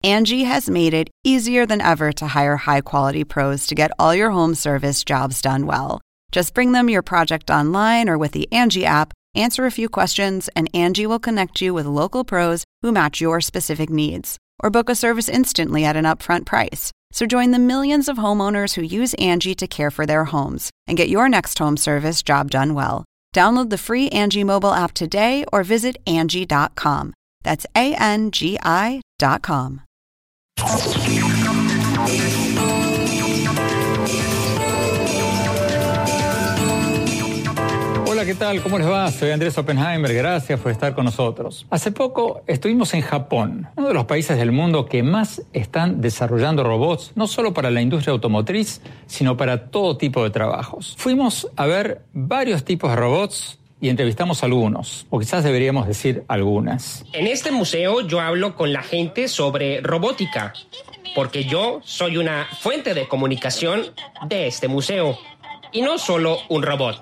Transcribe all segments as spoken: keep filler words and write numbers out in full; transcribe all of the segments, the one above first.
Angie has made it easier than ever to hire high-quality pros to get all your home service jobs done well. Just bring them your project online or with the Angie app, answer a few questions, and Angie will connect you with local pros who match your specific needs. Or book a service instantly at an upfront price. So join the millions of homeowners who use Angie to care for their homes and get your next home service job done well. Download the free Angie mobile app today or visit Angie dot com. That's A N G I dot com. Hola, ¿qué tal? ¿Cómo les va? Soy Andrés Oppenheimer, gracias por estar con nosotros. Hace poco estuvimos en Japón, uno de los países del mundo que más están desarrollando robots, no solo para la industria automotriz, sino para todo tipo de trabajos. Fuimos a ver varios tipos de robots y entrevistamos a algunos, o quizás deberíamos decir algunas. En este museo yo hablo con la gente sobre robótica, porque yo soy una fuente de comunicación de este museo, y no solo un robot.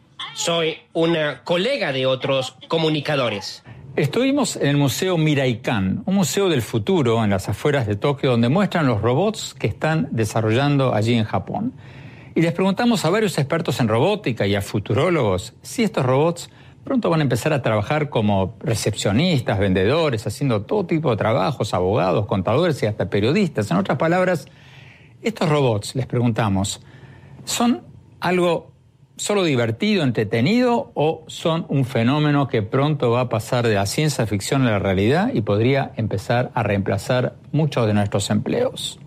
Soy una colega de otros comunicadores. Estuvimos en el Museo Miraikan, un museo del futuro en las afueras de Tokio, donde muestran los robots que están desarrollando allí en Japón. Y les preguntamos a varios expertos en robótica y a futurólogos si estos robots pronto van a empezar a trabajar como recepcionistas, vendedores, haciendo todo tipo de trabajos, abogados, contadores y hasta periodistas. En otras palabras, estos robots, les preguntamos, ¿son algo solo divertido, entretenido, o son un fenómeno que pronto va a pasar de la ciencia ficción a la realidad y podría empezar a reemplazar muchos de nuestros empleos?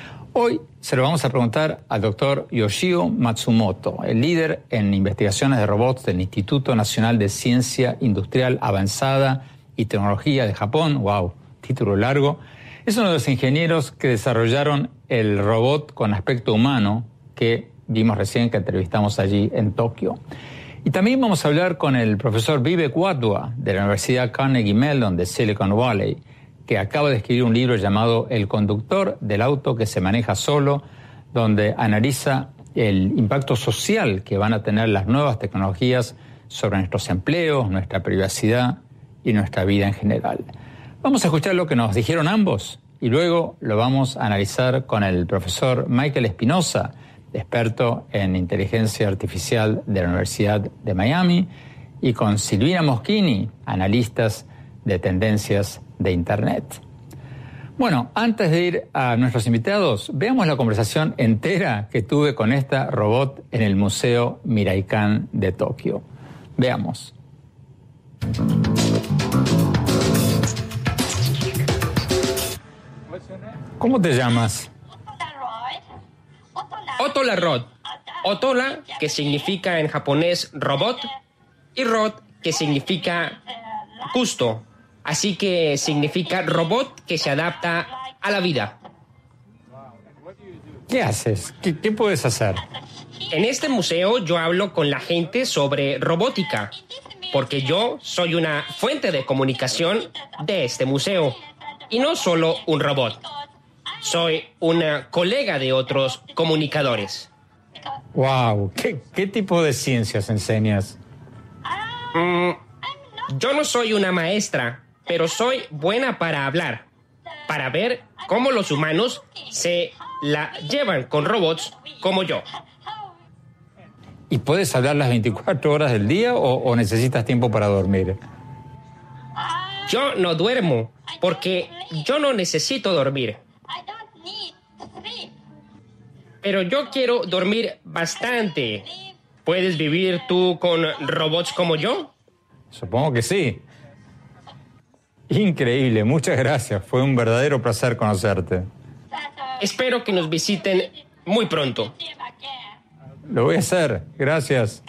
Hoy se lo vamos a preguntar al doctor Yoshio Matsumoto, el líder en investigaciones de robots del Instituto Nacional de Ciencia Industrial Avanzada y Tecnología de Japón. ¡Wow! Título largo. Es uno de los ingenieros que desarrollaron el robot con aspecto humano que vimos recién, que entrevistamos allí en Tokio. Y también vamos a hablar con el profesor Vivek Wadhwa de la Universidad Carnegie Mellon de Silicon Valley, que acaba de escribir un libro llamado El conductor del auto que se maneja solo, donde analiza el impacto social que van a tener las nuevas tecnologías sobre nuestros empleos, nuestra privacidad y nuestra vida en general. Vamos a escuchar lo que nos dijeron ambos y luego lo vamos a analizar con el profesor Michael Espinosa, experto en inteligencia artificial de la Universidad de Miami, y con Silvina Moschini, analistas de tendencias de Internet. Bueno, antes de ir a nuestros invitados, veamos la conversación entera que tuve con esta robot en el Museo Miraikan de Tokio. Veamos. ¿Cómo te llamas? Otola Rod. Otola, que significa en japonés robot, y Rod, que significa gusto. Así que significa robot que se adapta a la vida. ¿Qué haces? ¿Qué, qué puedes hacer? En este museo yo hablo con la gente sobre robótica, porque yo soy una fuente de comunicación de este museo, y no solo un robot. Soy una colega de otros comunicadores. ¡Wow! ¿Qué, qué tipo de ciencias enseñas? Mm, yo no soy una maestra, pero soy buena para hablar, para ver cómo los humanos se la llevan con robots como yo. ¿Y puedes hablar las veinticuatro horas del día o, o necesitas tiempo para dormir? Yo no duermo, porque yo no necesito dormir. Pero yo quiero dormir bastante. ¿Puedes vivir tú con robots como yo? Supongo que sí. Increíble, muchas gracias. Fue un verdadero placer conocerte. Espero que nos visiten muy pronto. Lo voy a hacer, gracias.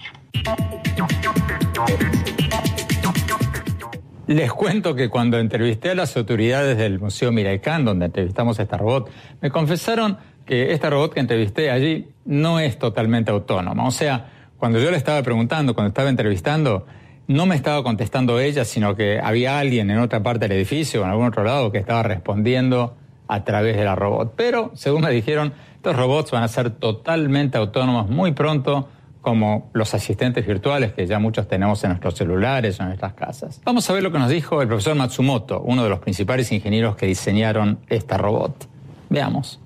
Les cuento que cuando entrevisté a las autoridades del Museo Miraikan, donde entrevistamos a esta robot, me confesaron que esta robot que entrevisté allí no es totalmente autónoma. O sea, cuando yo le estaba preguntando, cuando estaba entrevistando, no me estaba contestando ella, sino que había alguien en otra parte del edificio o en algún otro lado que estaba respondiendo a través de la robot. Pero, según me dijeron, estos robots van a ser totalmente autónomos muy pronto, como los asistentes virtuales que ya muchos tenemos en nuestros celulares o en nuestras casas. Vamos a ver lo que nos dijo el profesor Matsumoto, uno de los principales ingenieros que diseñaron esta robot. Veamos.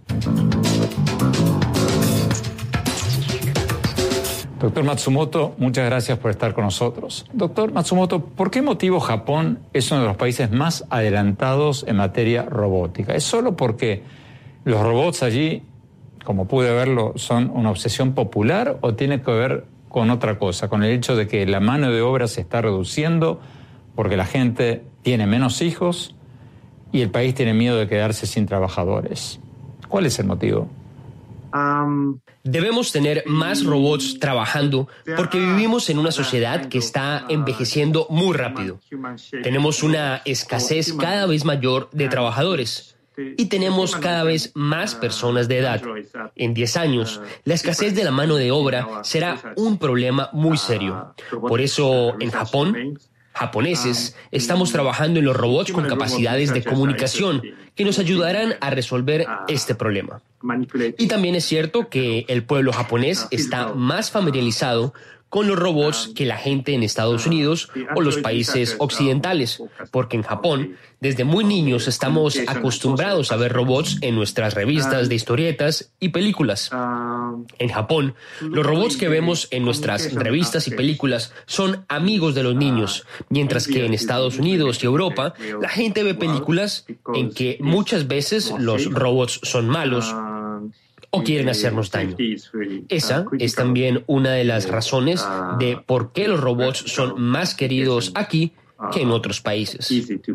Doctor Matsumoto, muchas gracias por estar con nosotros. Doctor Matsumoto, ¿por qué motivo Japón es uno de los países más adelantados en materia robótica? ¿Es solo porque los robots allí, como pude verlo, son una obsesión popular o tiene que ver con otra cosa, con el hecho de que la mano de obra se está reduciendo porque la gente tiene menos hijos y el país tiene miedo de quedarse sin trabajadores? ¿Cuál es el motivo? Um... Debemos tener más robots trabajando porque vivimos en una sociedad que está envejeciendo muy rápido. Tenemos una escasez cada vez mayor de trabajadores y tenemos cada vez más personas de edad. En diez años, la escasez de la mano de obra será un problema muy serio. Por eso, en Japón, japoneses, estamos trabajando en los robots con capacidades de comunicación que nos ayudarán a resolver este problema. Y también es cierto que el pueblo japonés está más familiarizado con los robots que la gente en Estados Unidos o los países occidentales, porque en Japón, desde muy niños estamos acostumbrados a ver robots en nuestras revistas de historietas y películas. En Japón, los robots que vemos en nuestras revistas y películas son amigos de los niños, mientras que en Estados Unidos y Europa, la gente ve películas en que muchas veces los robots son malos o quieren hacernos daño. Esa es también una de las razones de por qué los robots son más queridos aquí que en otros países.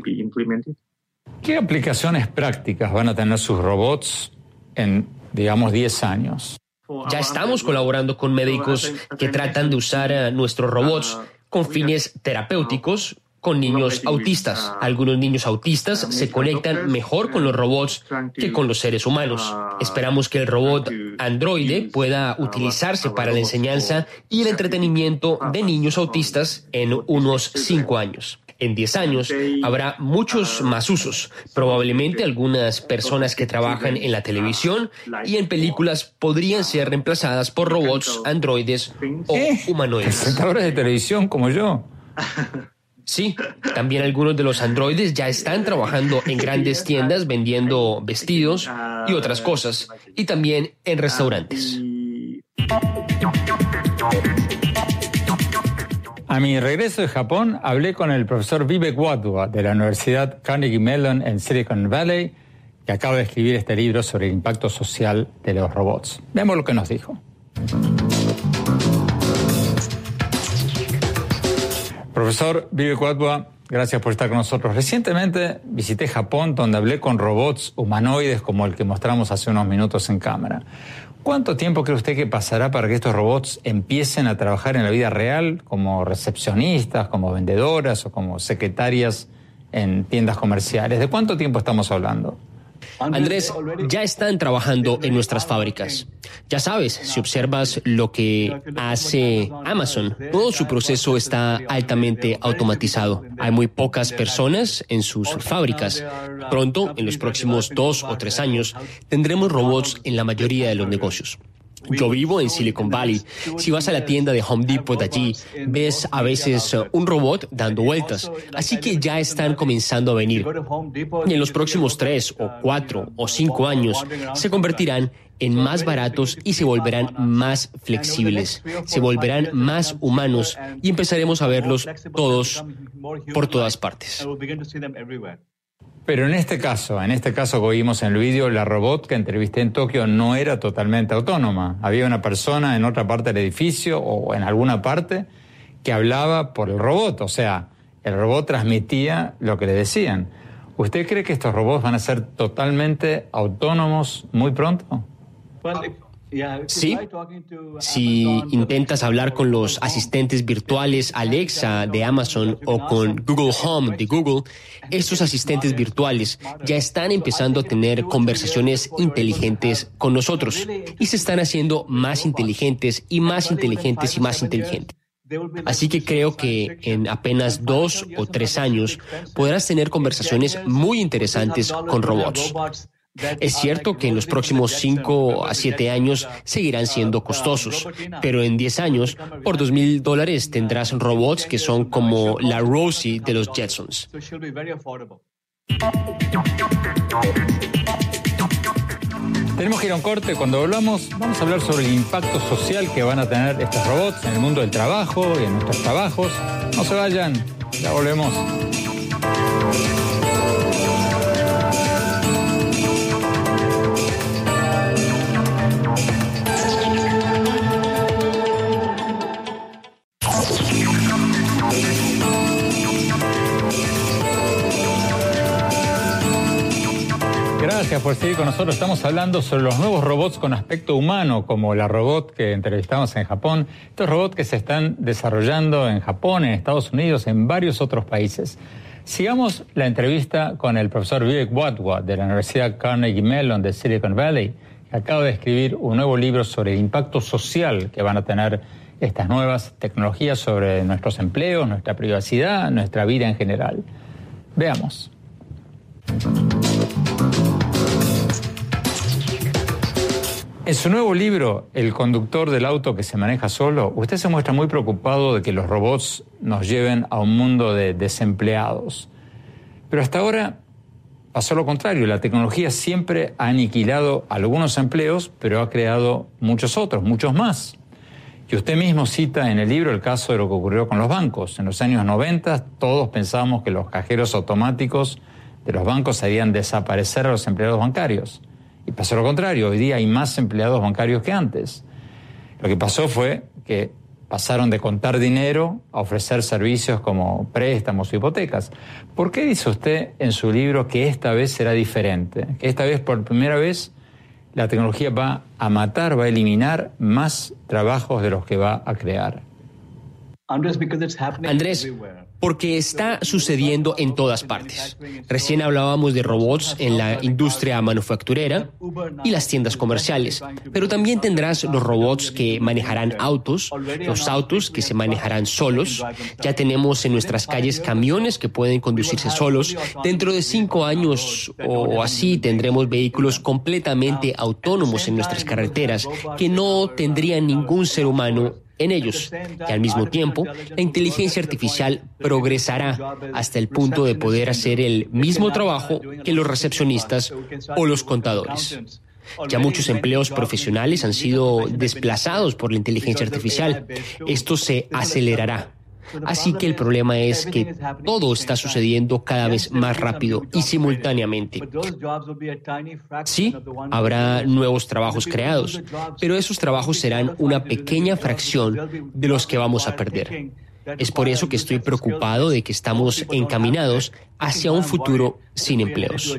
¿Qué aplicaciones prácticas van a tener sus robots en, digamos, diez años? Ya estamos colaborando con médicos que tratan de usar nuestros robots con fines terapéuticos con niños autistas. Algunos niños autistas se conectan mejor con los robots que con los seres humanos. Esperamos que el robot androide pueda utilizarse para la enseñanza y el entretenimiento de niños autistas en unos cinco años. En diez años habrá muchos más usos. Probablemente algunas personas que trabajan en la televisión y en películas podrían ser reemplazadas por robots androides o ¿Eh? humanoides. Presentadores de televisión como yo. Sí, también algunos de los androides ya están trabajando en grandes tiendas vendiendo vestidos y otras cosas, y también en restaurantes. A mi regreso de Japón, hablé con el profesor Vivek Wadhwa de la Universidad Carnegie Mellon en Silicon Valley, que acaba de escribir este libro sobre el impacto social de los robots. Veamos lo que nos dijo. Profesor Vivek Wadhwa, gracias por estar con nosotros. Recientemente visité Japón, donde hablé con robots humanoides como el que mostramos hace unos minutos en cámara. ¿Cuánto tiempo cree usted que pasará para que estos robots empiecen a trabajar en la vida real como recepcionistas, como vendedoras o como secretarias en tiendas comerciales? ¿De cuánto tiempo estamos hablando? Andrés, ya están trabajando en nuestras fábricas. Ya sabes, si observas lo que hace Amazon, todo su proceso está altamente automatizado. Hay muy pocas personas en sus fábricas. Pronto, en los próximos dos o tres años, tendremos robots en la mayoría de los negocios. Yo vivo en Silicon Valley. Si vas a la tienda de Home Depot de allí, ves a veces un robot dando vueltas. Así que ya están comenzando a venir. Y en los próximos tres o cuatro o cinco años se convertirán en más baratos y se volverán más flexibles. Se volverán más humanos y empezaremos a verlos todos por todas partes. Pero en este caso, en este caso que oímos en el vídeo, la robot que entrevisté en Tokio no era totalmente autónoma. Había una persona en otra parte del edificio o en alguna parte que hablaba por el robot. O sea, el robot transmitía lo que le decían. ¿Usted cree que estos robots van a ser totalmente autónomos muy pronto? Sí, si intentas hablar con los asistentes virtuales Alexa de Amazon o con Google Home de Google, estos asistentes virtuales ya están empezando a tener conversaciones inteligentes con nosotros y se están haciendo más inteligentes y más inteligentes y más inteligentes. Así que creo que en apenas dos o tres años podrás tener conversaciones muy interesantes con robots. Es cierto que en los próximos cinco a siete años seguirán siendo costosos, pero en diez años, por dos mil dólares tendrás robots que son como la Rosie de los Jetsons. Tenemos que ir a un corte. Cuando volvamos, vamos a hablar sobre el impacto social que van a tener estos robots en el mundo del trabajo y en nuestros trabajos. No se vayan, ya volvemos. Gracias por seguir con nosotros. Estamos hablando sobre los nuevos robots con aspecto humano, como la robot que entrevistamos en Japón. Estos robots que se están desarrollando en Japón, en Estados Unidos, en varios otros países. Sigamos la entrevista con el profesor Vivek Wadhwa de la Universidad Carnegie Mellon de Silicon Valley, que acaba de escribir un nuevo libro sobre el impacto social que van a tener estas nuevas tecnologías sobre nuestros empleos, nuestra privacidad, nuestra vida en general. Veamos. En su nuevo libro, El conductor del auto que se maneja solo, usted se muestra muy preocupado de que los robots nos lleven a un mundo de desempleados. Pero hasta ahora pasó lo contrario. La tecnología siempre ha aniquilado algunos empleos, pero ha creado muchos otros, muchos más. Y usted mismo cita en el libro el caso de lo que ocurrió con los bancos. En los años noventa todos pensábamos que los cajeros automáticos de los bancos harían desaparecer a los empleados bancarios. Y pasó lo contrario, hoy día hay más empleados bancarios que antes. Lo que pasó fue que pasaron de contar dinero a ofrecer servicios como préstamos o hipotecas. ¿Por qué dice usted en su libro que esta vez será diferente? Que esta vez, por primera vez, la tecnología va a matar, va a eliminar más trabajos de los que va a crear. Andrés, porque está sucediendo en todas partes. Recién hablábamos de robots en la industria manufacturera y las tiendas comerciales, pero también tendrás los robots que manejarán autos, los autos que se manejarán solos. Ya tenemos en nuestras calles camiones que pueden conducirse solos. Dentro de cinco años o así tendremos vehículos completamente autónomos en nuestras carreteras que no tendrían ningún ser humano en ellos. Y al mismo tiempo, la inteligencia artificial progresará hasta el punto de poder hacer el mismo trabajo que los recepcionistas o los contadores. Ya muchos empleos profesionales han sido desplazados por la inteligencia artificial. Esto se acelerará. Así que el problema es que todo está sucediendo cada vez más rápido y simultáneamente. Sí, habrá nuevos trabajos creados, pero esos trabajos serán una pequeña fracción de los que vamos a perder. Es por eso que estoy preocupado de que estamos encaminados hacia un futuro sin empleos.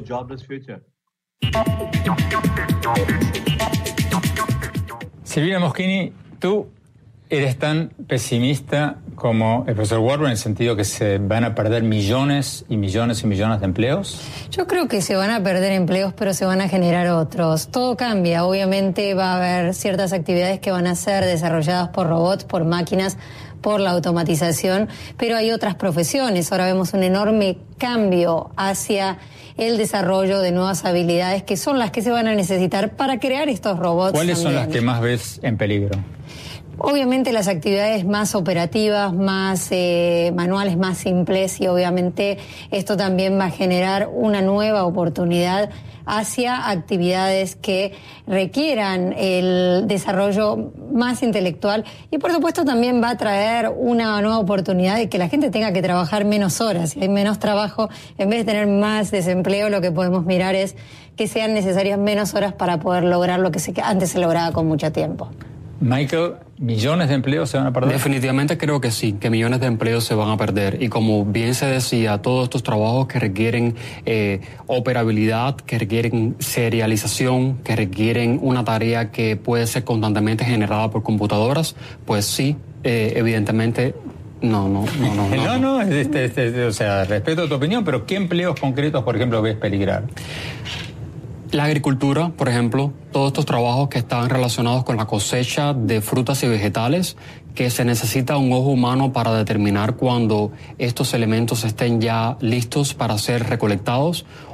Silvina Moschini, tú ¿eres tan pesimista como el profesor Wadhwa en el sentido que se van a perder millones y millones y millones de empleos? Yo creo que se van a perder empleos, pero se van a generar otros. Todo cambia. Obviamente va a haber ciertas actividades que van a ser desarrolladas por robots, por máquinas, por la automatización, pero hay otras profesiones. Ahora vemos un enorme cambio hacia el desarrollo de nuevas habilidades que son las que se van a necesitar para crear estos robots. ¿Cuáles también son las que más ves en peligro? Obviamente las actividades más operativas, más eh, manuales, más simples, y obviamente esto también va a generar una nueva oportunidad hacia actividades que requieran el desarrollo más intelectual, y por supuesto también va a traer una nueva oportunidad de que la gente tenga que trabajar menos horas. Si hay menos trabajo, en vez de tener más desempleo, lo que podemos mirar es que sean necesarias menos horas para poder lograr lo que se, antes se lograba con mucho tiempo. Michael, ¿millones de empleos se van a perder? Definitivamente creo que sí, que millones de empleos se van a perder. Y como bien se decía, todos estos trabajos que requieren eh, operabilidad, que requieren serialización, que requieren una tarea que puede ser constantemente generada por computadoras, pues sí, eh, evidentemente... No, no, no, no. No, no, no, este, este, o sea, respeto tu opinión, pero ¿qué empleos concretos, por ejemplo, ves peligrar? La agricultura, por ejemplo, todos estos trabajos que están relacionados con la cosecha de frutas y vegetales, que se necesita un ojo humano para determinar cuando estos elementos estén ya listos para ser recolectados,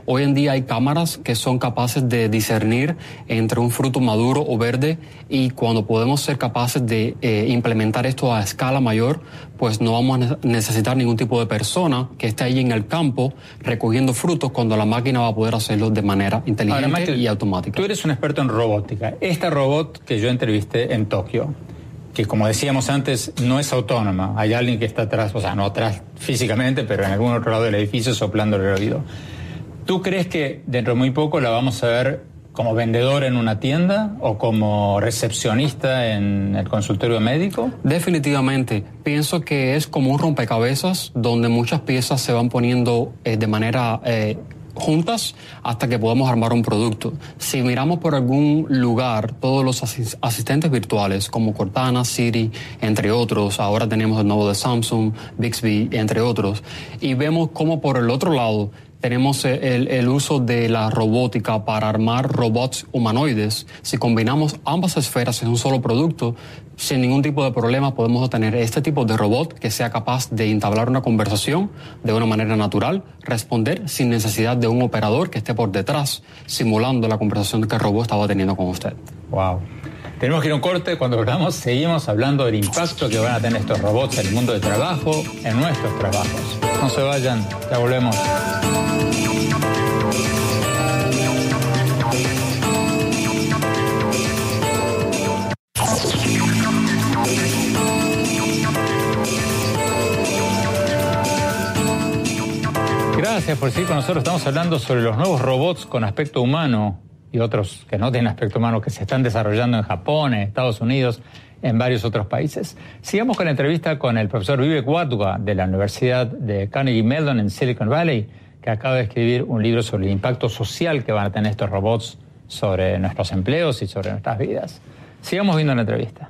Hoy en día hay cámaras que son capaces de discernir entre un fruto maduro o verde, y cuando podemos ser capaces de eh, implementar esto a escala mayor, pues no vamos a necesitar ningún tipo de persona que esté ahí en el campo recogiendo frutos, cuando la máquina va a poder hacerlo de manera inteligente. Ahora, Michael, y automática. Tú eres un experto en robótica. Esta robot que yo entrevisté en Tokio, que como decíamos antes, no es autónoma. Hay alguien que está atrás, o sea, no atrás físicamente, pero en algún otro lado del edificio soplándole el oído. ¿Tú crees que dentro de muy poco la vamos a ver como vendedora en una tienda o como recepcionista en el consultorio médico? Definitivamente. Pienso que es como un rompecabezas donde muchas piezas se van poniendo eh, de manera Eh, juntas hasta que podamos armar un producto. Si miramos por algún lugar, todos los asis- asistentes virtuales como Cortana, Siri, entre otros, ahora tenemos el nuevo de Samsung, Bixby, entre otros, y vemos cómo por el otro lado tenemos el, el uso de la robótica para armar robots humanoides. Si combinamos ambas esferas en un solo producto, sin ningún tipo de problema podemos obtener este tipo de robot que sea capaz de entablar una conversación de una manera natural, responder sin necesidad de un operador que esté por detrás, simulando la conversación que el robot estaba teniendo con usted. Wow. Tenemos que ir a un corte. Cuando volvamos seguimos hablando del impacto que van a tener estos robots en el mundo del trabajo, en nuestros trabajos. No se vayan, ya volvemos. Gracias por seguir con nosotros. Estamos hablando sobre los nuevos robots con aspecto humano y otros que no tienen aspecto humano que se están desarrollando en Japón, en Estados Unidos, en varios otros países. Sigamos con la entrevista con el profesor Vivek Wadhwa de la Universidad de Carnegie Mellon en Silicon Valley, que acaba de escribir un libro sobre el impacto social que van a tener estos robots sobre nuestros empleos y sobre nuestras vidas. Sigamos viendo la entrevista.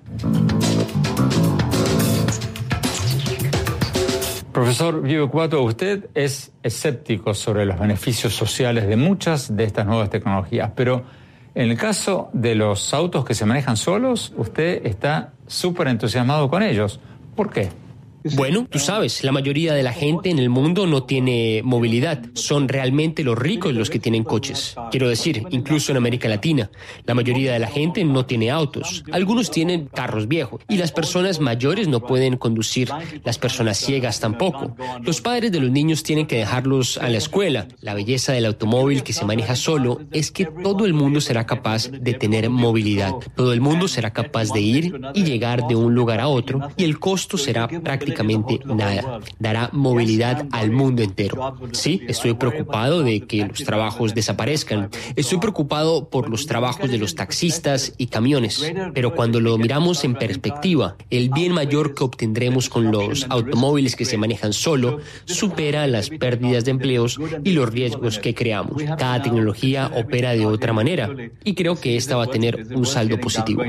Profesor Vivek Wadhwa, usted es escéptico sobre los beneficios sociales de muchas de estas nuevas tecnologías, pero en el caso de los autos que se manejan solos, usted está súper entusiasmado con ellos. ¿Por qué? Bueno, tú sabes, la mayoría de la gente en el mundo no tiene movilidad. Son realmente los ricos los que tienen coches. Quiero decir, incluso en América Latina, la mayoría de la gente no tiene autos. Algunos tienen carros viejos y las personas mayores no pueden conducir. Las personas ciegas tampoco. Los padres de los niños tienen que dejarlos a la escuela. La belleza del automóvil que se maneja solo es que todo el mundo será capaz de tener movilidad. Todo el mundo será capaz de ir y llegar de un lugar a otro y el costo será prácticamente nada. Dará movilidad al mundo entero. Sí, estoy preocupado de que los trabajos desaparezcan. Estoy preocupado por los trabajos de los taxistas y camiones. Pero cuando lo miramos en perspectiva, el bien mayor que obtendremos con los automóviles que se manejan solo supera las pérdidas de empleos y los riesgos que creamos. Cada tecnología opera de otra manera y creo que esta va a tener un saldo positivo.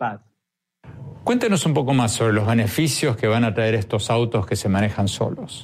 Cuéntenos un poco más sobre los beneficios que van a traer estos autos que se manejan solos.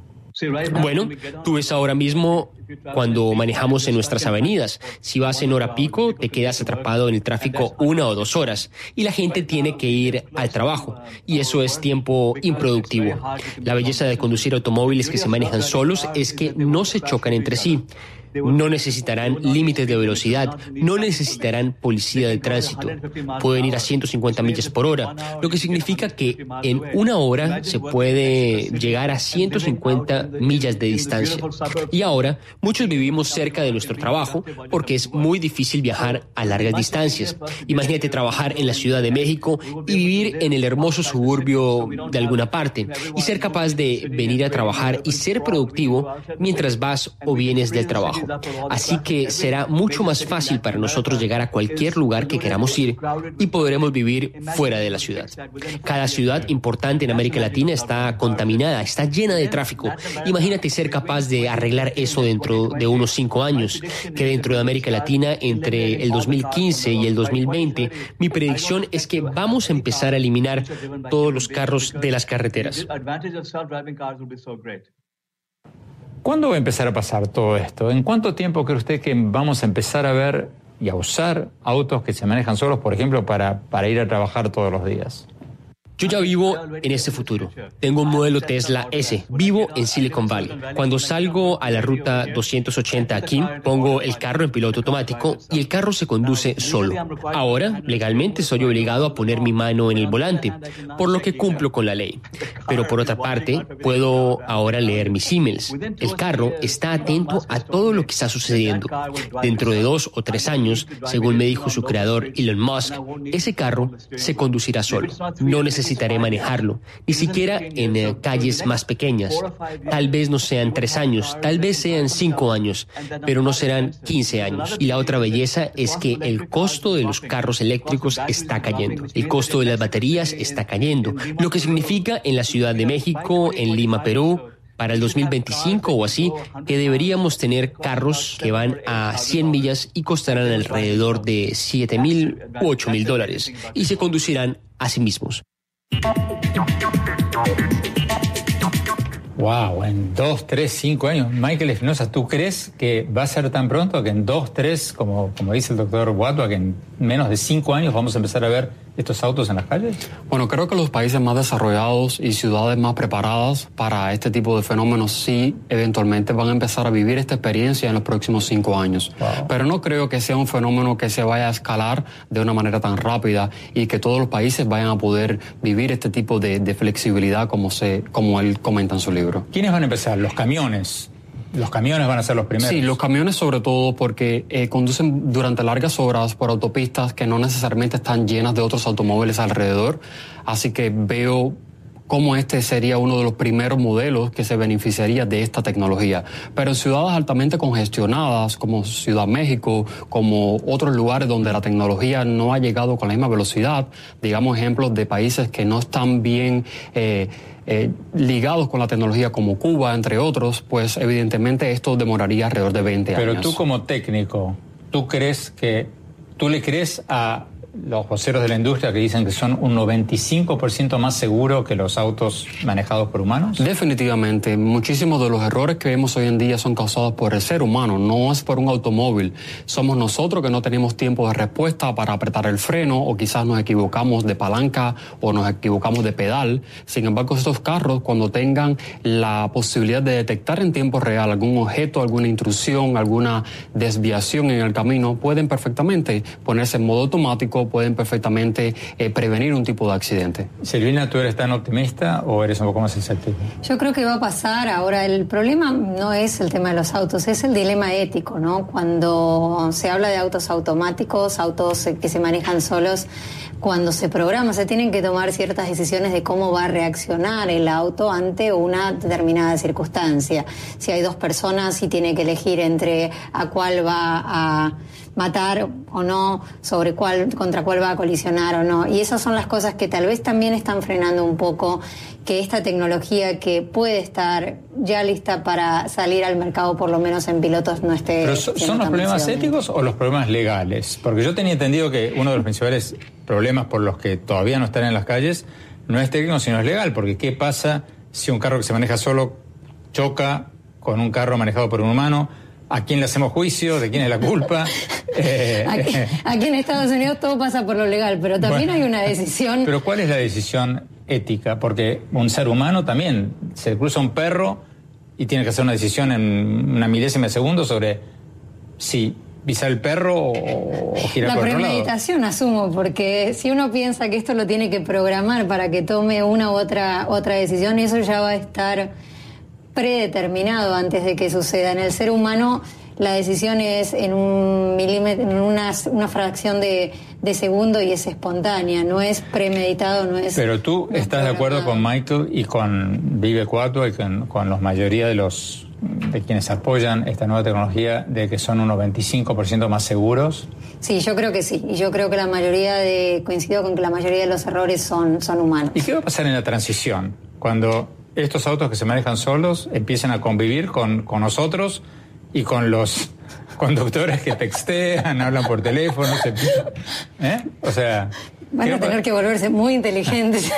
Bueno, tú ves ahora mismo cuando manejamos en nuestras avenidas. Si vas en hora pico, te quedas atrapado en el tráfico una o dos horas y la gente tiene que ir al trabajo y eso es tiempo improductivo. La belleza de conducir automóviles que se manejan solos es que no se chocan entre sí. No necesitarán límites de velocidad, no necesitarán policía de tránsito. Pueden ir a ciento cincuenta millas por hora, lo que significa que en una hora se puede llegar a ciento cincuenta millas de distancia. Y ahora, muchos vivimos cerca de nuestro trabajo porque es muy difícil viajar a largas distancias. Imagínate trabajar en la Ciudad de México y vivir en el hermoso suburbio de alguna parte y ser capaz de venir a trabajar y ser productivo mientras vas o vienes del trabajo. Así que será mucho más fácil para nosotros llegar a cualquier lugar que queramos ir y podremos vivir fuera de la ciudad. Cada ciudad importante en América Latina está contaminada, está llena de tráfico. Imagínate ser capaz de arreglar eso dentro de unos cinco años, que dentro de América Latina, entre el dos mil quince y el dos mil veinte, mi predicción es que vamos a empezar a eliminar todos los carros de las carreteras. ¿Cuándo va a empezar a pasar todo esto? ¿En cuánto tiempo cree usted que vamos a empezar a ver y a usar autos que se manejan solos, por ejemplo, para, para ir a trabajar todos los días? Yo ya vivo en este futuro. Tengo un modelo Tesla S. Vivo en Silicon Valley. Cuando salgo a la ruta doscientos ochenta aquí, pongo el carro en piloto automático y el carro se conduce solo. Ahora, legalmente, soy obligado a poner mi mano en el volante, por lo que cumplo con la ley. Pero por otra parte, puedo ahora leer mis emails. El carro está atento a todo lo que está sucediendo. Dentro de dos o tres años, según me dijo su creador Elon Musk, ese carro se conducirá solo. No necesariamente necesitaré manejarlo, ni siquiera en eh, calles más pequeñas. Tal vez no sean tres años, tal vez sean cinco años, pero no serán quince años. Y la otra belleza es que el costo de los carros eléctricos está cayendo. El costo de las baterías está cayendo, lo que significa en la Ciudad de México, en Lima, Perú, para el dos mil veinticinco o así, que deberíamos tener carros que van a cien millas y costarán alrededor de siete mil u ocho mil dólares y se conducirán a sí mismos. Wow, en dos, tres, cinco años. Michael Espinosa, ¿tú crees que va a ser tan pronto que en dos, tres, como, como dice el doctor Watwa, que en menos de cinco años vamos a empezar a ver estos autos en las calles? Bueno, creo que los países más desarrollados y ciudades más preparadas para este tipo de fenómenos sí eventualmente van a empezar a vivir esta experiencia en los próximos cinco años. Wow. Pero no creo que sea un fenómeno que se vaya a escalar de una manera tan rápida y que todos los países vayan a poder vivir este tipo de, de flexibilidad como, se, como él comenta en su libro. ¿Quiénes van a empezar? ¿Los camiones? Los camiones van a ser los primeros. Sí, los camiones sobre todo porque eh, conducen durante largas horas por autopistas que no necesariamente están llenas de otros automóviles alrededor. Así que veo cómo este sería uno de los primeros modelos que se beneficiaría de esta tecnología. Pero en ciudades altamente congestionadas, como Ciudad México, como otros lugares donde la tecnología no ha llegado con la misma velocidad, digamos ejemplos de países que no están bien eh, eh, ligados con la tecnología como Cuba, entre otros, pues evidentemente esto demoraría alrededor de veinte Pero años. Pero tú como técnico, ¿tú crees que, tú le crees a los voceros de la industria que dicen que son un noventa y cinco por ciento más seguro que los autos manejados por humanos? Definitivamente. Muchísimos de los errores que vemos hoy en día son causados por el ser humano, no es por un automóvil. Somos nosotros que no tenemos tiempo de respuesta para apretar el freno o quizás nos equivocamos de palanca o nos equivocamos de pedal. Sin embargo, estos carros, cuando tengan la posibilidad de detectar en tiempo real algún objeto, alguna intrusión, alguna desviación en el camino, pueden perfectamente ponerse en modo automático, pueden perfectamente eh, prevenir un tipo de accidente. Silvina, ¿tú eres tan optimista o eres un poco más escéptico? Yo creo que va a pasar. Ahora, el problema no es el tema de los autos, es el dilema ético, ¿no? Cuando se habla de autos automáticos, autos que se manejan solos, cuando se programa, se tienen que tomar ciertas decisiones de cómo va a reaccionar el auto ante una determinada circunstancia. Si hay dos personas y tiene que elegir entre a cuál va a matar o no, sobre cuál, contra cuál va a colisionar o no. Y esas son las cosas que tal vez también están frenando un poco que esta tecnología que puede estar ya lista para salir al mercado, por lo menos en pilotos, no esté... ¿Pero son, son los problemas éticos o los problemas legales? Porque yo tenía entendido que uno de los principales problemas por los que todavía no están en las calles no es técnico, sino es legal. Porque ¿qué pasa si un carro que se maneja solo choca con un carro manejado por un humano? ¿A quién le hacemos juicio? ¿De quién es la culpa? eh, aquí, aquí en Estados Unidos todo pasa por lo legal, pero también bueno, hay una decisión... ¿Pero cuál es la decisión ética? Porque un ser humano también se cruza un perro y tiene que hacer una decisión en una milésima de segundo sobre si pisar el perro o, o girar la por otro lado. La premeditación, asumo, porque si uno piensa que esto lo tiene que programar para que tome una u otra, otra decisión, eso ya va a estar predeterminado antes de que suceda. En el ser humano la decisión es en un milímetro, en una, una fracción de, de segundo y es espontánea, no es premeditado, no es... Pero tú no estás de acuerdo con Michael y con Vivek Watwa y con, con la mayoría de los de quienes apoyan esta nueva tecnología de que son un noventa y cinco por ciento más seguros. Sí, yo creo que sí, y yo creo que la mayoría de, coincido con que la mayoría de los errores son, son humanos. ¿Y qué va a pasar en la transición? Cuando estos autos que se manejan solos empiezan a convivir con, con nosotros y con los conductores que textean, hablan por teléfono, se... ¿eh? O sea... Van a tener que volverse muy inteligentes.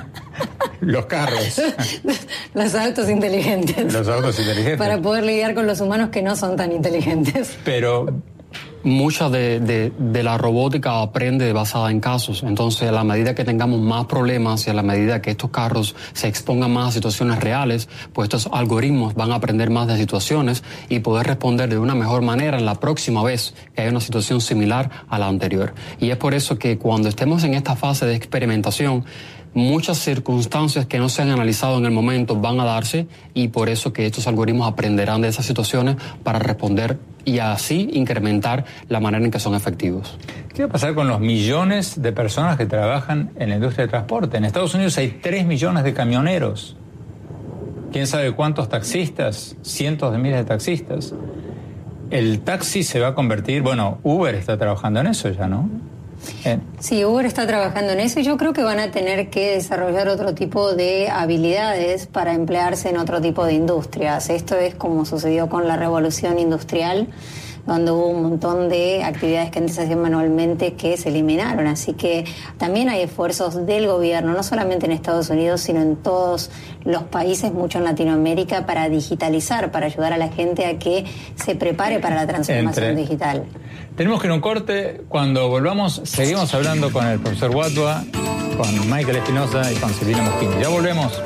Los carros. Los autos inteligentes. Los autos inteligentes. Para poder lidiar con los humanos que no son tan inteligentes. Pero mucha de, de, de la robótica aprende basada en casos. Entonces, a la medida que tengamos más problemas y a la medida que estos carros se expongan más a situaciones reales, pues estos algoritmos van a aprender más de situaciones y poder responder de una mejor manera la próxima vez que haya una situación similar a la anterior. Y es por eso que cuando estemos en esta fase de experimentación, muchas circunstancias que no se han analizado en el momento van a darse y por eso que estos algoritmos aprenderán de esas situaciones para responder y así incrementar la manera en que son efectivos. ¿Qué va a pasar con los millones de personas que trabajan en la industria del transporte? En Estados Unidos hay tres millones de camioneros. ¿Quién sabe cuántos taxistas? Cientos de miles de taxistas. El taxi se va a convertir... Bueno, Uber está trabajando en eso ya, ¿no? Eh. Sí, Uber está trabajando en eso y yo creo que van a tener que desarrollar otro tipo de habilidades para emplearse en otro tipo de industrias. Esto es como sucedió con la revolución industrial, donde hubo un montón de actividades que antes se hacían manualmente que se eliminaron. Así que también hay esfuerzos del gobierno, no solamente en Estados Unidos, sino en todos los países, mucho en Latinoamérica, para digitalizar, para ayudar a la gente a que se prepare para la transformación Entre... digital. Tenemos que ir a un corte. Cuando volvamos, seguimos hablando con el profesor Watua, con Michael Espinosa y con Silvina Moschini. Ya volvemos.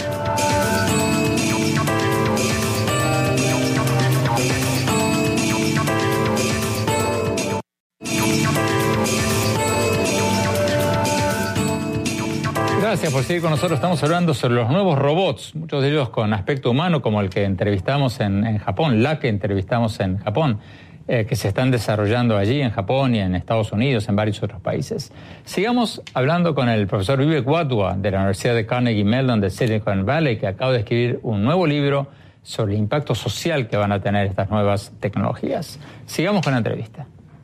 Gracias por seguir con nosotros. Estamos hablando sobre los nuevos robots, muchos de ellos con aspecto humano, como el que entrevistamos en, en Japón, la que entrevistamos en Japón, eh, que se están desarrollando allí en Japón y en Estados Unidos, en varios otros países. Sigamos hablando con el profesor Vivek Watua de la Universidad de Carnegie Mellon de Silicon Valley, que acaba de escribir un nuevo libro sobre el impacto social que van a tener estas nuevas tecnologías. Sigamos con la entrevista.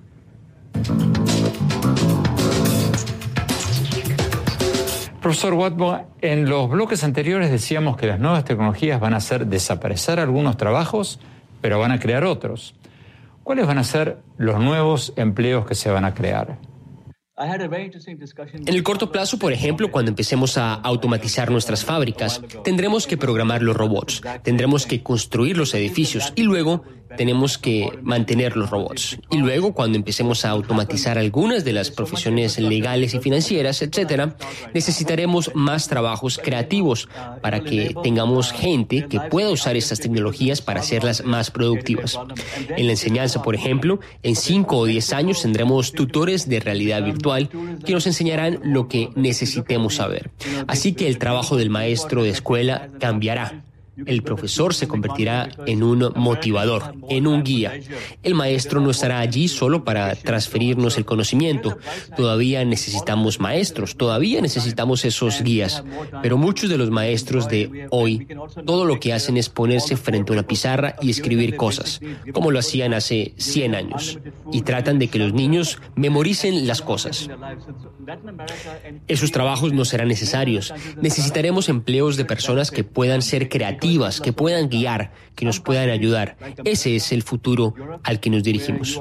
Profesor Watua, en los bloques anteriores decíamos que las nuevas tecnologías van a hacer desaparecer algunos trabajos, pero van a crear otros. ¿Cuáles van a ser los nuevos empleos que se van a crear? En el corto plazo, por ejemplo, cuando empecemos a automatizar nuestras fábricas, tendremos que programar los robots, tendremos que construir los edificios y luego tenemos que mantener los robots. Y luego, cuando empecemos a automatizar algunas de las profesiones legales y financieras, etcétera, necesitaremos más trabajos creativos para que tengamos gente que pueda usar estas tecnologías para hacerlas más productivas. En la enseñanza, por ejemplo, en cinco o diez años tendremos tutores de realidad virtual que nos enseñarán lo que necesitemos saber. Así que el trabajo del maestro de escuela cambiará. El profesor se convertirá en un motivador, en un guía. El maestro no estará allí solo para transferirnos el conocimiento. Todavía necesitamos maestros, todavía necesitamos esos guías. Pero muchos de los maestros de hoy, todo lo que hacen es ponerse frente a una pizarra y escribir cosas, como lo hacían hace cien años. Y tratan de que los niños memoricen las cosas. Esos trabajos no serán necesarios. Necesitaremos empleos de personas que puedan ser creativas, que puedan guiar, que nos puedan ayudar. Ese es el futuro al que nos dirigimos.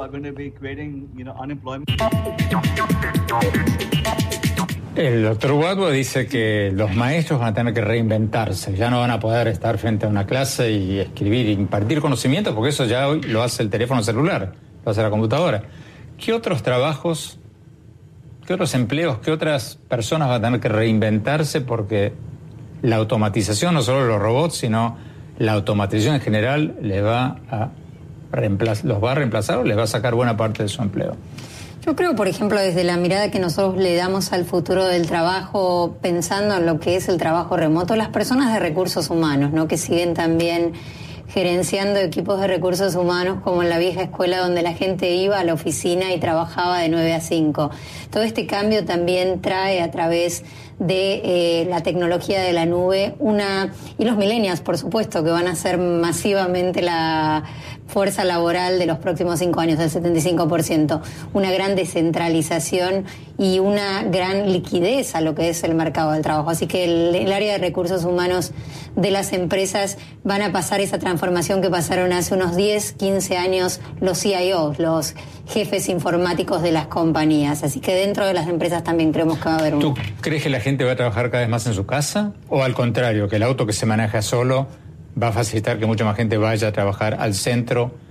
El doctor Watua dice que los maestros van a tener que reinventarse, ya no van a poder estar frente a una clase y escribir, impartir conocimiento, porque eso ya hoy lo hace el teléfono celular, lo hace la computadora. ¿Qué otros trabajos, qué otros empleos, qué otras personas van a tener que reinventarse? Porque la automatización, no solo los robots, sino la automatización en general les va a reemplazar, los va a reemplazar o les va a sacar buena parte de su empleo. Yo creo, por ejemplo, desde la mirada que nosotros le damos al futuro del trabajo, pensando en lo que es el trabajo remoto, las personas de recursos humanos, ¿no?, que siguen también gerenciando equipos de recursos humanos como en la vieja escuela donde la gente iba a la oficina y trabajaba de nueve a cinco. Todo este cambio también trae a través de eh, la tecnología de la nube una y los millennials, por supuesto, que van a ser masivamente la fuerza laboral de los próximos cinco años, del setenta y cinco por ciento. Una gran descentralización y una gran liquidez a lo que es el mercado del trabajo. Así que el, el área de recursos humanos de las empresas van a pasar esa transformación que pasaron hace unos diez, quince años los C I Os, los jefes informáticos de las compañías. Así que dentro de las empresas también creemos que va a haber un... ¿Tú crees que la gente va a trabajar cada vez más en su casa? ¿O al contrario, que el auto que se maneja solo va a facilitar que mucha más gente vaya a trabajar al centro,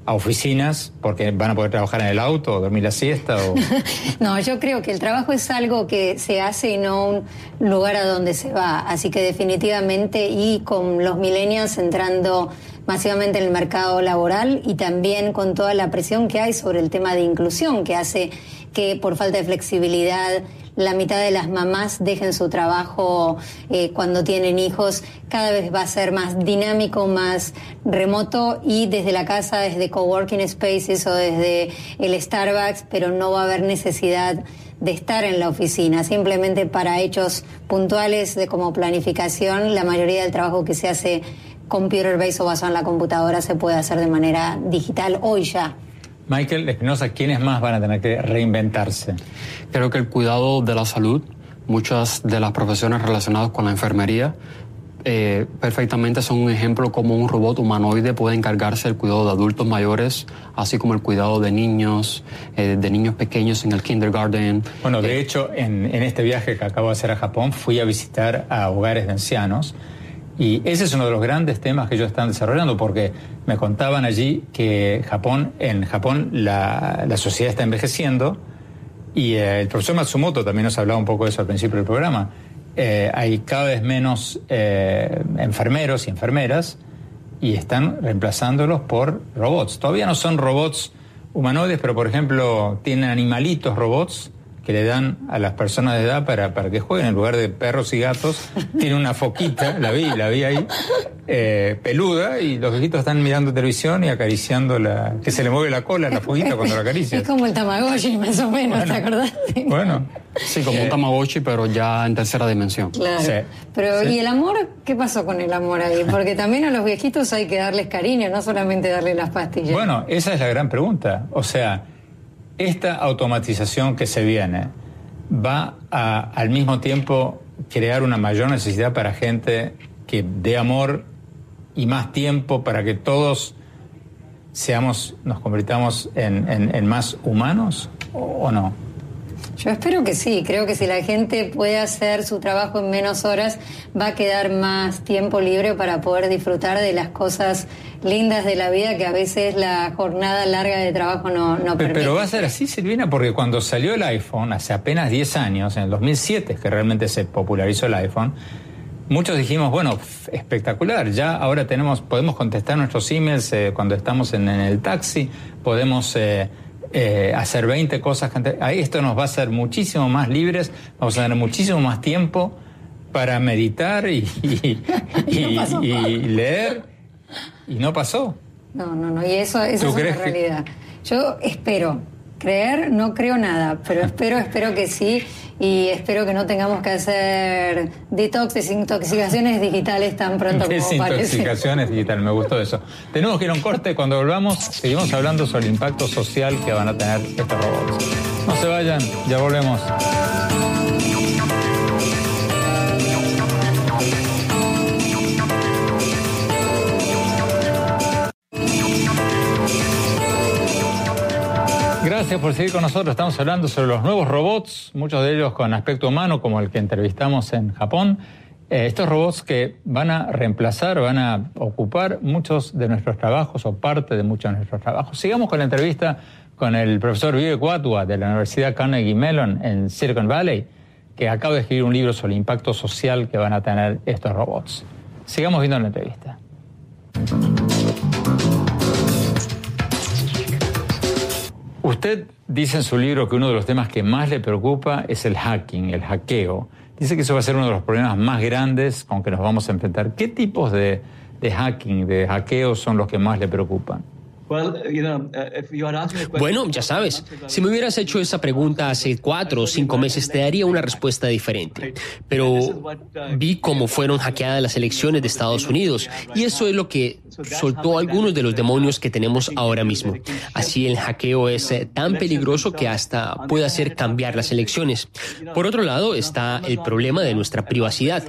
a oficinas porque van a poder trabajar en el auto o dormir la siesta? O... No, yo creo que el trabajo es algo que se hace y no un lugar a donde se va. Así que definitivamente, y con los millennials entrando masivamente en el mercado laboral y también con toda la presión que hay sobre el tema de inclusión, que hace que por falta de flexibilidad la mitad de las mamás dejen su trabajo eh, cuando tienen hijos, cada vez va a ser más dinámico, más remoto y desde la casa, desde coworking spaces o desde el Starbucks, pero no va a haber necesidad de estar en la oficina, simplemente para hechos puntuales de como planificación. La mayoría del trabajo que se hace computer-based o basado en la computadora se puede hacer de manera digital hoy ya. Michael Espinosa, ¿quiénes más van a tener que reinventarse? Creo que el cuidado de la salud, muchas de las profesiones relacionadas con la enfermería, eh, perfectamente son un ejemplo como un robot humanoide puede encargarse del cuidado de adultos mayores, así como el cuidado de niños, eh, de niños pequeños en el kindergarten. Bueno, de eh, hecho, en, en este viaje que acabo de hacer a Japón, fui a visitar a hogares de ancianos. Y ese es uno de los grandes temas que ellos están desarrollando, porque me contaban allí que Japón, en Japón la, la sociedad está envejeciendo, y eh, el profesor Matsumoto también nos hablaba un poco de eso al principio del programa. Eh, hay cada vez menos eh, enfermeros y enfermeras, y están reemplazándolos por robots. Todavía no son robots humanoides, pero por ejemplo tienen animalitos robots que le dan a las personas de edad para, para que jueguen en lugar de perros y gatos. Tiene una foquita, la vi, la vi ahí, eh, peluda, y los viejitos están mirando televisión y acariciando la... que se le mueve la cola a la foquita cuando la acaricias. Es como el Tamagotchi, más o menos, bueno, ¿te acordás? Bueno. Sí, como eh, un Tamagotchi, pero ya en tercera dimensión. Claro. Sí. Pero, Sí. ¿y el amor? ¿Qué pasó con el amor ahí? Porque también a los viejitos hay que darles cariño, no solamente darles las pastillas. Bueno, esa es la gran pregunta. O sea, esta automatización que se viene va a, al mismo tiempo, crear una mayor necesidad para gente que dé amor y más tiempo para que todos seamos, nos convirtamos en, en, en más humanos, o, o no. Yo espero que sí, creo que si la gente puede hacer su trabajo en menos horas, va a quedar más tiempo libre para poder disfrutar de las cosas lindas de la vida que a veces la jornada larga de trabajo no, no permite. Pero va a ser así, Silvina, porque cuando salió el iPhone, hace apenas diez años, en el dos mil siete, que realmente se popularizó el iPhone, muchos dijimos, bueno, espectacular, ya ahora tenemos, podemos contestar nuestros emails eh, cuando estamos en, en el taxi, podemos... Eh, Eh, hacer veinte cosas que antes, ahí esto nos va a hacer muchísimo más libres, vamos a tener muchísimo más tiempo para meditar y, y, y, no y, y leer, y no pasó. No, no, no, y eso, eso es una realidad. Que... Yo espero, creer no creo nada, pero espero, espero que sí, y espero que no tengamos que hacer detox, desintoxicaciones digitales tan pronto como parece. Desintoxicaciones digitales, me gustó eso. Tenemos que ir a un corte, cuando volvamos seguimos hablando sobre el impacto social que van a tener estos robots. No se vayan, ya volvemos. Gracias por seguir con nosotros. Estamos hablando sobre los nuevos robots, muchos de ellos con aspecto humano, como el que entrevistamos en Japón. Eh, estos robots que van a reemplazar, van a ocupar muchos de nuestros trabajos o parte de muchos de nuestros trabajos. Sigamos con la entrevista con el profesor Vivek Wadhwa de la Universidad Carnegie Mellon en Silicon Valley, que acaba de escribir un libro sobre el impacto social que van a tener estos robots. Sigamos viendo la entrevista. Usted dice en su libro que uno de los temas que más le preocupa es el hacking, el hackeo. Dice que eso va a ser uno de los problemas más grandes con que nos vamos a enfrentar. ¿Qué tipos de, de hacking, de hackeo son los que más le preocupan? Bueno, ya sabes, si me hubieras hecho esa pregunta hace cuatro o cinco meses te daría una respuesta diferente. Pero vi cómo fueron hackeadas las elecciones de Estados Unidos y eso es lo que soltó algunos de los demonios que tenemos ahora mismo. Así el hackeo es tan peligroso que hasta puede hacer cambiar las elecciones. Por otro lado está el problema de nuestra privacidad.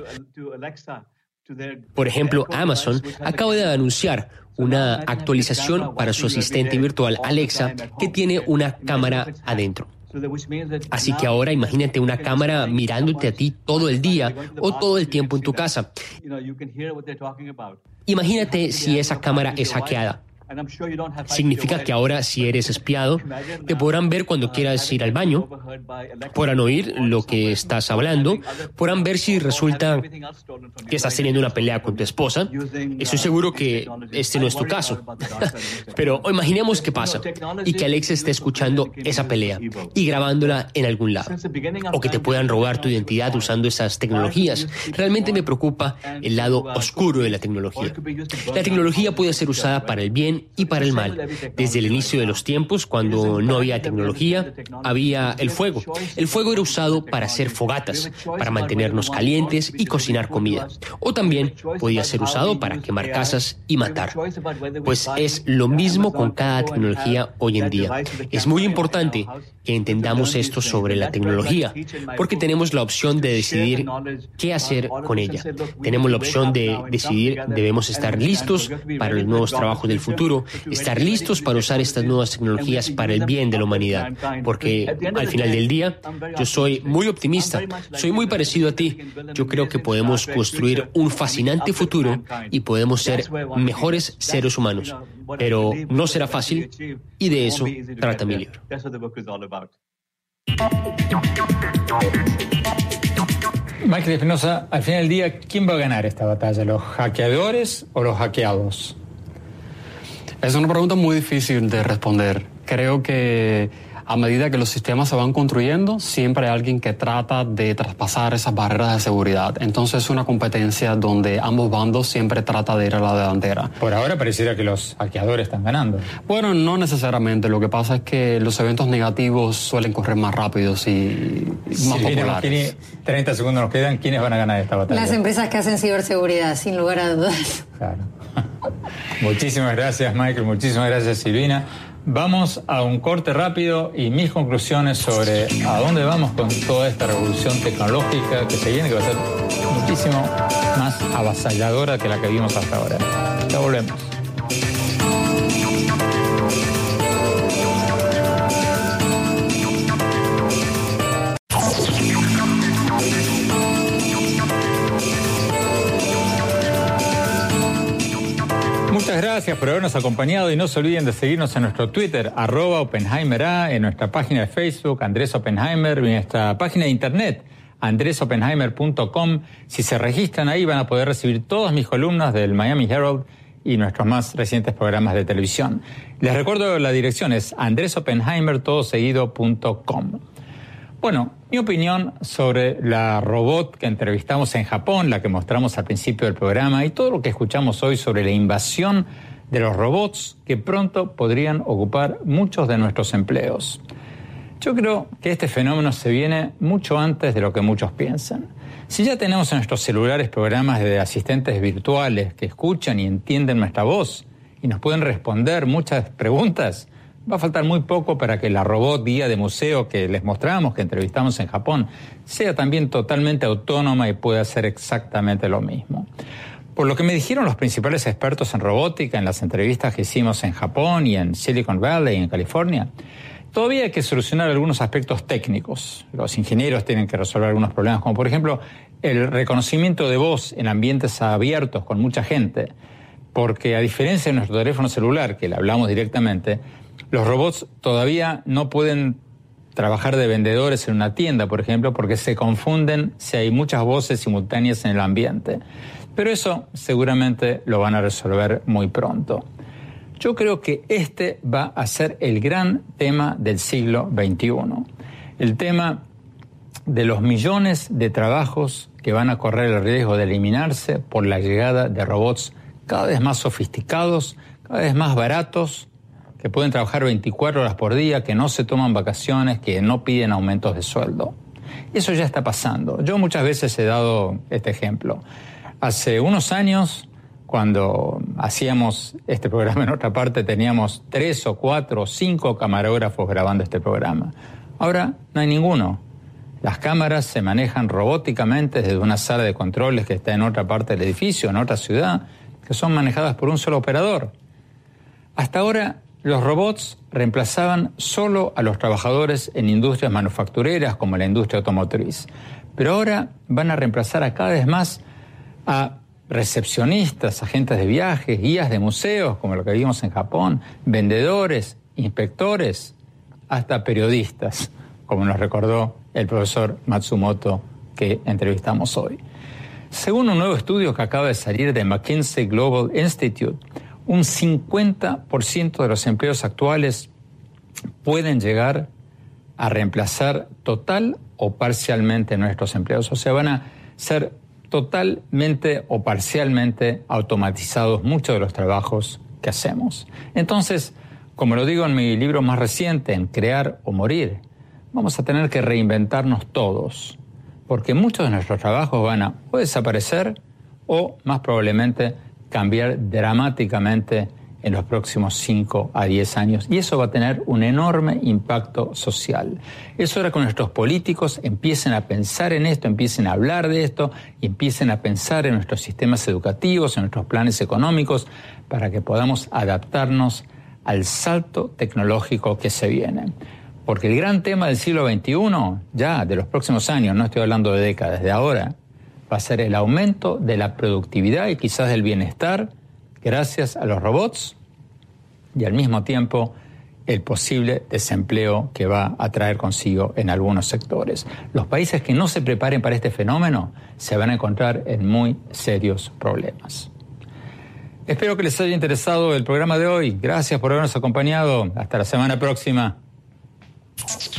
Por ejemplo, Amazon acaba de anunciar una actualización para su asistente virtual Alexa que tiene una cámara adentro. Así que ahora imagínate una cámara mirándote a ti todo el día o todo el tiempo en tu casa. Imagínate si esa cámara es hackeada. Significa que ahora, si eres espiado, te podrán ver cuando quieras ir al baño, podrán oír lo que estás hablando, podrán ver si resulta que estás teniendo una pelea con tu esposa. Estoy seguro que este no es tu caso. Pero imaginemos qué pasa y que Alexa esté escuchando esa pelea y grabándola en algún lado. O que te puedan robar tu identidad usando esas tecnologías. Realmente me preocupa el lado oscuro de la tecnología. La tecnología puede ser usada para el bien y para el mal. Desde el inicio de los tiempos, cuando no había tecnología, había el fuego. El fuego era usado para hacer fogatas, para mantenernos calientes y cocinar comida. O también podía ser usado para quemar casas y matar. Pues es lo mismo con cada tecnología hoy en día. Es muy importante que entendamos esto sobre la tecnología, porque tenemos la opción de decidir qué hacer con ella. Tenemos la opción de decidir, debemos estar listos para los nuevos trabajos del futuro, estar listos para usar estas nuevas tecnologías para el bien de la humanidad, porque al final del día yo soy muy optimista, soy muy parecido a ti. Yo creo que podemos construir un fascinante futuro y podemos ser mejores seres humanos, pero no será fácil y de eso trata mi libro. Michael Espinosa, al final del día, ¿quién va a ganar esta batalla? ¿Los hackeadores o los hackeados? Es una pregunta muy difícil de responder. Creo que a medida que los sistemas se van construyendo, siempre hay alguien que trata de traspasar esas barreras de seguridad. Entonces es una competencia donde ambos bandos siempre tratan de ir a la delantera. Por ahora pareciera que los hackeadores están ganando. Bueno, no necesariamente. Lo que pasa es que los eventos negativos suelen correr más rápidos y más sí, populares. treinta segundos nos quedan. ¿Quiénes van a ganar esta batalla? Las empresas que hacen ciberseguridad, sin lugar a dudas. Claro. Muchísimas gracias, Michael. Muchísimas gracias, Silvina. Vamos a un corte rápido y mis conclusiones sobre a dónde vamos con toda esta revolución tecnológica que se viene, que va a ser muchísimo más avasalladora que la que vimos hasta ahora. Ya volvemos. Muchas gracias por habernos acompañado y no se olviden de seguirnos en nuestro Twitter, arroba OpenheimerA, en nuestra página de Facebook, Andrés Oppenheimer, y en nuestra página de internet, andres oppenheimer punto com. Si se registran ahí van a poder recibir todas mis columnas del Miami Herald y nuestros más recientes programas de televisión. Les recuerdo la dirección es andres oppenheimer todo seguido punto com. Bueno, mi opinión sobre la robot que entrevistamos en Japón, la que mostramos al principio del programa, y todo lo que escuchamos hoy sobre la invasión de los robots que pronto podrían ocupar muchos de nuestros empleos. Yo creo que este fenómeno se viene mucho antes de lo que muchos piensan. Si ya tenemos en nuestros celulares programas de asistentes virtuales que escuchan y entienden nuestra voz y nos pueden responder muchas preguntas, va a faltar muy poco para que la robot guía de museo que les mostramos, que entrevistamos en Japón, sea también totalmente autónoma y pueda hacer exactamente lo mismo. Por lo que me dijeron los principales expertos en robótica en las entrevistas que hicimos en Japón y en Silicon Valley y en California, todavía hay que solucionar algunos aspectos técnicos. Los ingenieros tienen que resolver algunos problemas, como por ejemplo el reconocimiento de voz en ambientes abiertos con mucha gente, porque a diferencia de nuestro teléfono celular, que le hablamos directamente, los robots todavía no pueden trabajar de vendedores en una tienda, por ejemplo, porque se confunden si hay muchas voces simultáneas en el ambiente. Pero eso seguramente lo van a resolver muy pronto. Yo creo que este va a ser el gran tema del siglo veintiuno. El tema de los millones de trabajos que van a correr el riesgo de eliminarse por la llegada de robots cada vez más sofisticados, cada vez más baratos, que pueden trabajar veinticuatro horas por día, que no se toman vacaciones, que no piden aumentos de sueldo. Eso ya está pasando. Yo muchas veces he dado este ejemplo. Hace unos años, cuando hacíamos este programa en otra parte, teníamos tres o cuatro o cinco camarógrafos grabando este programa. Ahora no hay ninguno. Las cámaras se manejan robóticamente desde una sala de controles que está en otra parte del edificio, en otra ciudad, que son manejadas por un solo operador. Hasta ahora, los robots reemplazaban solo a los trabajadores en industrias manufactureras como la industria automotriz. Pero ahora van a reemplazar a cada vez más a recepcionistas, agentes de viajes, guías de museos, como lo que vimos en Japón, vendedores, inspectores, hasta periodistas, como nos recordó el profesor Matsumoto que entrevistamos hoy. Según un nuevo estudio que acaba de salir de McKinsey Global Institute, un cincuenta por ciento de los empleos actuales pueden llegar a reemplazar total o parcialmente nuestros empleos. O sea, van a ser totalmente o parcialmente automatizados muchos de los trabajos que hacemos. Entonces, como lo digo en mi libro más reciente, en Crear o Morir, vamos a tener que reinventarnos todos, porque muchos de nuestros trabajos van a o desaparecer o, más probablemente, cambiar dramáticamente en los próximos cinco a diez años, y eso va a tener un enorme impacto social. Es hora que nuestros políticos empiecen a pensar en esto, empiecen a hablar de esto, y empiecen a pensar en nuestros sistemas educativos, en nuestros planes económicos, para que podamos adaptarnos al salto tecnológico que se viene. Porque el gran tema del siglo veintiuno, ya de los próximos años, no estoy hablando de décadas, de ahora, va a ser el aumento de la productividad y quizás del bienestar gracias a los robots, y al mismo tiempo el posible desempleo que va a traer consigo en algunos sectores. Los países que no se preparen para este fenómeno se van a encontrar en muy serios problemas. Espero que les haya interesado el programa de hoy. Gracias por habernos acompañado. Hasta la semana próxima.